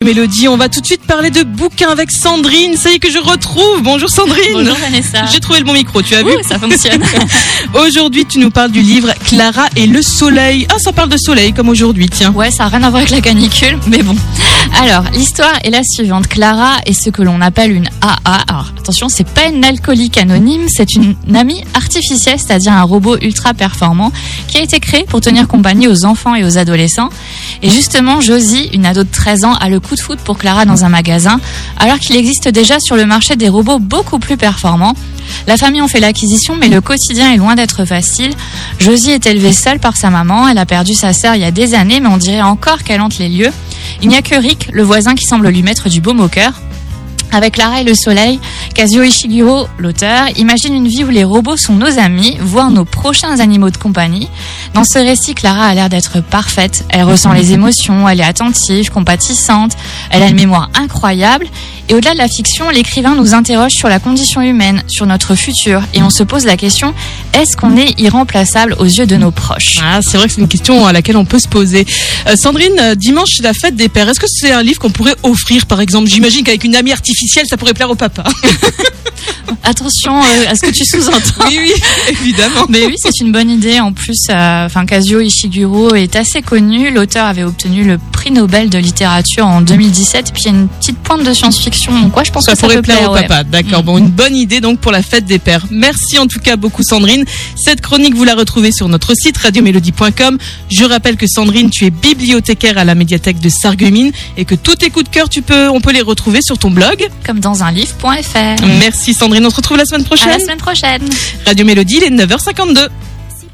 Mélodie, on va tout de suite parler de bouquins avec Sandrine. Ça y est que je retrouve. Bonjour Sandrine. Bonjour Vanessa. J'ai trouvé le bon micro, tu as vu ? Ça fonctionne. Aujourd'hui, tu nous parles du livre Clara et le soleil. Ah, ça parle de soleil comme aujourd'hui, tiens. Ouais, ça n'a rien à voir avec la canicule, mais bon. Alors, l'histoire est la suivante. Clara est ce que l'on appelle une AA. Alors, attention, c'est pas une alcoolique anonyme, c'est une amie artificielle, c'est-à-dire un robot ultra performant qui a été créé pour tenir compagnie aux enfants et aux adolescents. Et justement, Josie, une ado de 13 ans, a le coup de foudre pour Clara dans un magasin, alors qu'il existe déjà sur le marché des robots beaucoup plus performants. La famille en fait l'acquisition, mais le quotidien est loin d'être facile. Josie est élevée seule par sa maman, elle a perdu sa sœur il y a des années, mais on dirait encore qu'elle hante les lieux. Il n'y a que Rick, le voisin, qui semble lui mettre du baume au cœur. Avec Clara et le soleil, Kazuo Ishiguro, l'auteur, imagine une vie où les robots sont nos amis, voire nos prochains animaux de compagnie. Dans ce récit, Clara a l'air d'être parfaite. Elle ressent les émotions, elle est attentive, compatissante, elle a une mémoire incroyable. Et au-delà de la fiction, l'écrivain nous interroge sur la condition humaine, sur notre futur. Et on se pose la question, est-ce qu'on est irremplaçable aux yeux de nos proches ? Ah, c'est vrai que c'est une question à laquelle on peut se poser. Sandrine, dimanche, c'est la fête des pères. Est-ce que c'est un livre qu'on pourrait offrir, par exemple ? J'imagine qu'avec une amie artificielle, ça pourrait plaire au papa. Attention à ce que tu sous-entends. Oui, évidemment. Mais oui, c'est une bonne idée. En plus, Kazuo Ishiguro est assez connu. L'auteur avait obtenu le prix Nobel de littérature en 2017. Puis il y a une petite pointe de science-fiction. Donc ouais, je pense que ça pourrait peut plaire au papa. D'accord. Bon, une bonne idée donc pour la fête des pères. Merci en tout cas beaucoup Sandrine. Cette chronique, vous la retrouvez sur notre site radiomélodie.com. Je rappelle que Sandrine, tu es bibliothécaire à la médiathèque de Sarreguemines et que tous tes coups de cœur, on peut les retrouver sur ton blog. Comme dans un livre.fr. Merci Sandrine. On se retrouve la semaine prochaine. À la semaine prochaine. Radio Mélodie, il est 9h52.